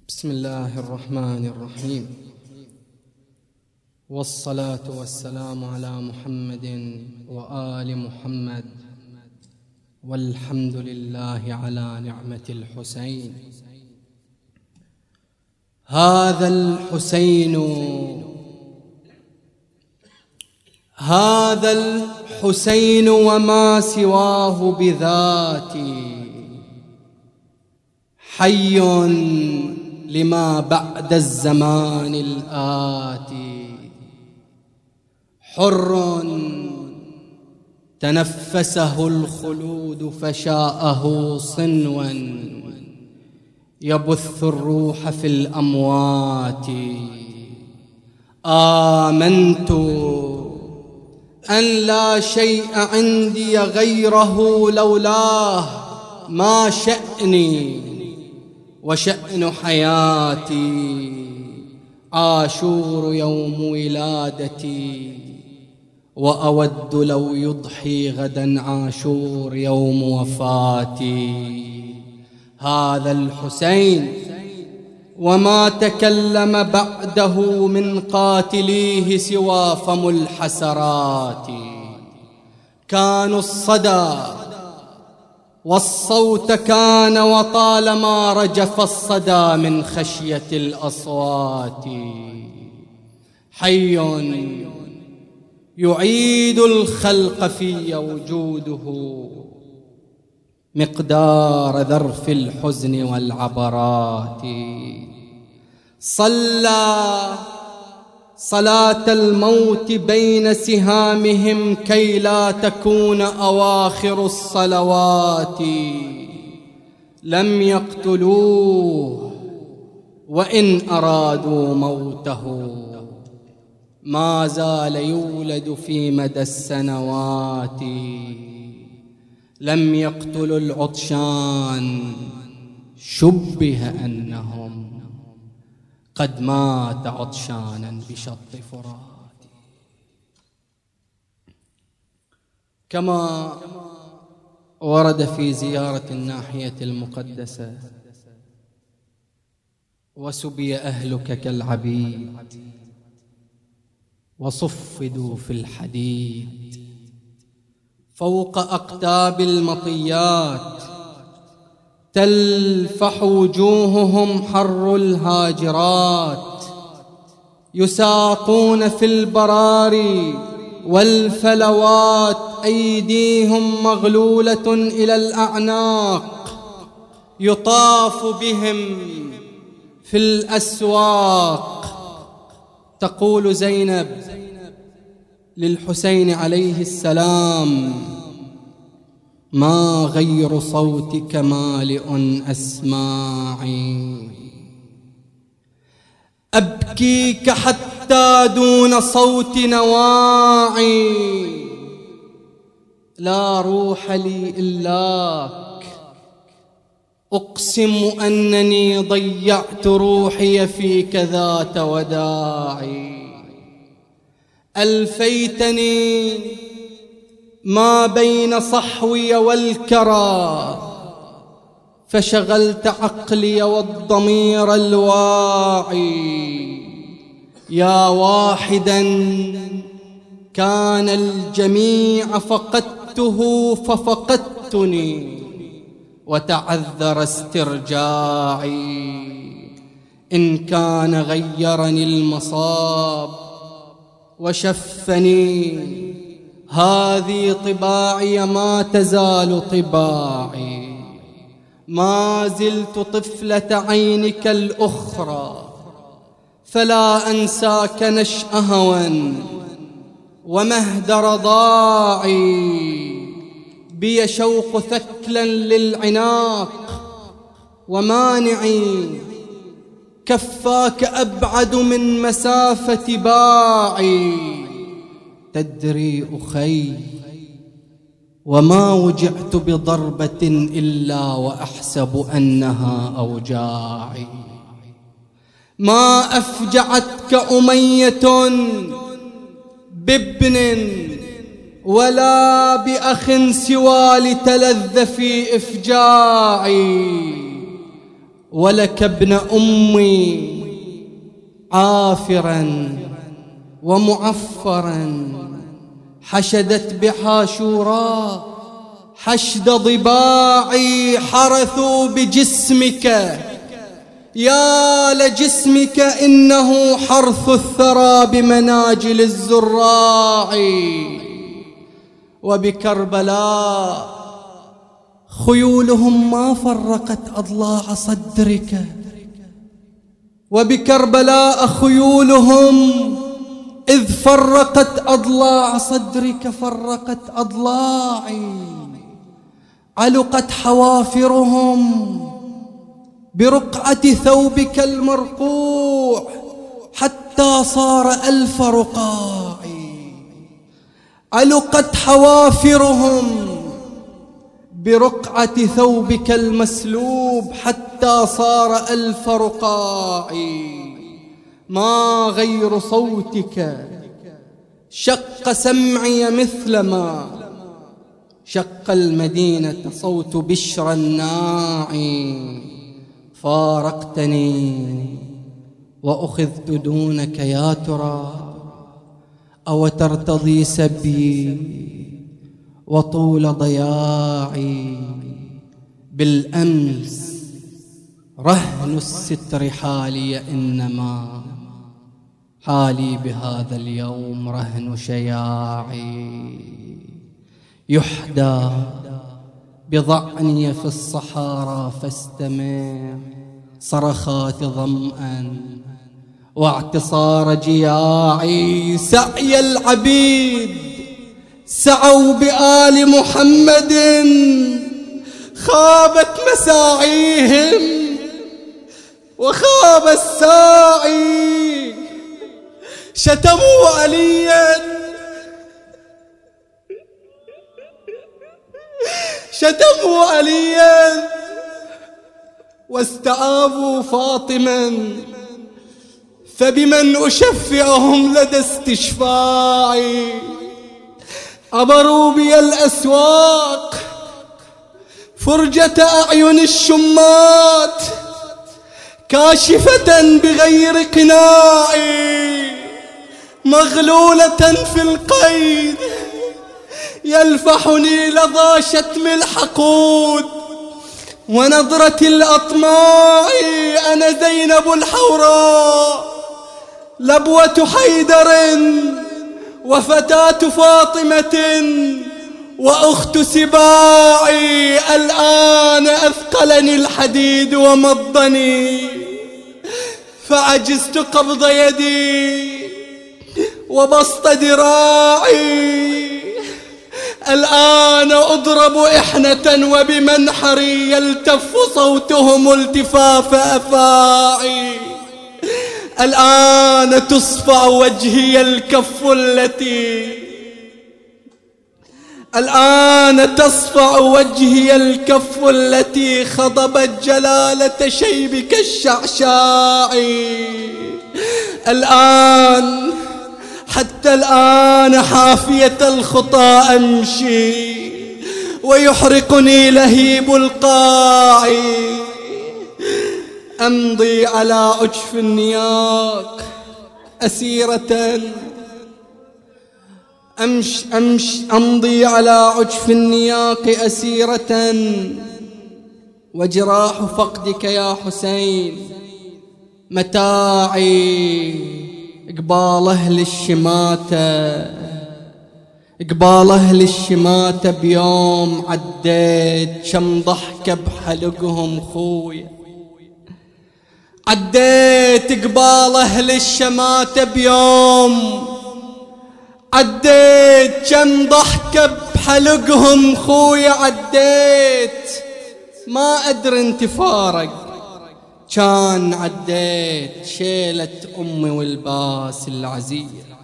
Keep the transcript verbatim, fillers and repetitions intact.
بسم الله الرحمن الرحيم، والصلاة والسلام على محمد وآل محمد، والحمد لله على نعمة الحسين. هذا الحسين هذا الحسين وما سواه بذاتي، حي لما بعد الزمان الآتي، حر تنفسه الخلود فشاءه صنوا، يبث الروح في الأموات. آمنت أن لا شيء عندي غيره، لولاه ما شأني وشأن حياتي. عاشور يوم ولادتي، وأود لو يضحي غدا عاشور يوم وفاتي. هذا الحسين وما تكلم بعده من قاتليه سوى فم الحسرات. كانوا الصدى والصوت كان، وطالما رجف الصدى من خشية الأصوات. حي يعيد الخلق في وجوده، مقدار ذرف الحزن والعبرات. صلى صلاة الموت بين سهامهم كي لا تكون أواخر الصلوات. لم يقتلوه وإن أرادوا موته، ما زال يولد في مدى السنوات. لم يقتلوا العطشان، شبه أنهم قد مات عطشانا بشط فرات. كما ورد في زيارة الناحية المقدسة: وسبي أهلك كالعبيد، وصفدوا في الحديد، فوق أقتاب المطيات، تلفح وجوههم حر الهاجرات. يساقون في البراري والفلوات، أيديهم مغلولة إلى الأعناق. يطاف بهم في الأسواق. تقول زينب للحسين عليه السلام: ما غير صوتك مالئ أسماعي، أبكيك حتى دون صوت نواعي. لا روح لي إلاك، أقسم أنني ضيعت روحي فيك ذات وداعي. ألفيتني ما بين صحوي والكرى، فشغلت عقلي والضمير الواعي. يا واحدا كان الجميع فقدته ففقدتني، وتعذر استرجاعي. إن كان غيرني المصاب وشفني، هذه طباعي ما تزال طباعي. ما زلت طفلة عينك الأخرى، فلا أنساك نشأ هوى ومهد رضاعي. بي شوق ثكلا للعناق، ومانعي كفاك أبعد من مسافة باعي. تدري أخي وما وجعت بضربة إلا وأحسب أنها أوجاعي. ما أفجعتك أمية بابن ولا بأخ سوى لتلذ في إفجاعي. ولك ابن أمي عافرا ومعفرا حشدت بحاشوراء حشد ضباعي حرثوا بجسمك يا لجسمك إنه حرث الثرى بمناجل الزراع. وبكربلاء خيولهم ما فرقت أضلاع صدرك، وبكربلاء خيولهم إذ فرقت أضلاع صدرك فرقت أضلاعي. علقت حوافرهم برقعة ثوبك المرقوع حتى صار ألف رقاع. علقت حوافرهم برقعة ثوبك المسلوب حتى صار ألف رقاع. ما غير صوتك شق سمعي مثلما شق المدينة صوت بشرى الناعي. فارقتني وأخذت دونك يا ترى أو ترتضي سبي وطول ضياعي. بالأمس رهن الستر حالي إنما حالي بهذا اليوم رهن شياعي. يحدى بضعني في الصحارى فاستمع صرخات ظمأ واعتصار جياعي. سعي العبيد سعوا بآل محمد خابت مساعيهم وخاب الساعي. شتموا عليا شتموا عليا واستعابوا فاطما فبمن أشفعهم لدى استشفاعي. عبروا بي الأسواق فرجة أعين الشمات كاشفة بغير قناع مغلولة في القيد يلفحني لظى شتم الحقود ونظرة الأطماع. أنا زينب الحوراء لبوة حيدر وفتاة فاطمة وأخت سباعي. الآن أثقلني الحديد ومضني فعجزت قبض يدي وبسط ذراعي. الآن أضرب إحنة وبمنحري يلتف صوتهم التفاف أفاعي. الآن تصفع وجهي الكف التي الآن تصفع وجهي الكف التي خضبت جلالة شيبك الشعشاعي. الآن حتى الآن حافية الخطى أمشي ويحرقني لهيب القاع. أمضي على عجف النياق أسيرة أمش أمش أمضي على عجف النياق أسيرة وجراح فقدك يا حسين متاعي. قبال أهل الشماتة قبال أهل الشماتة بيوم عديت شم ضحكة بحلقهم خويا. عديت قبال أهل الشماتة بيوم عديت كم ضحكة بحلقهم خويا. عديت ما أدري انت فارق كان عديت شيلة أمي والباس العزيز.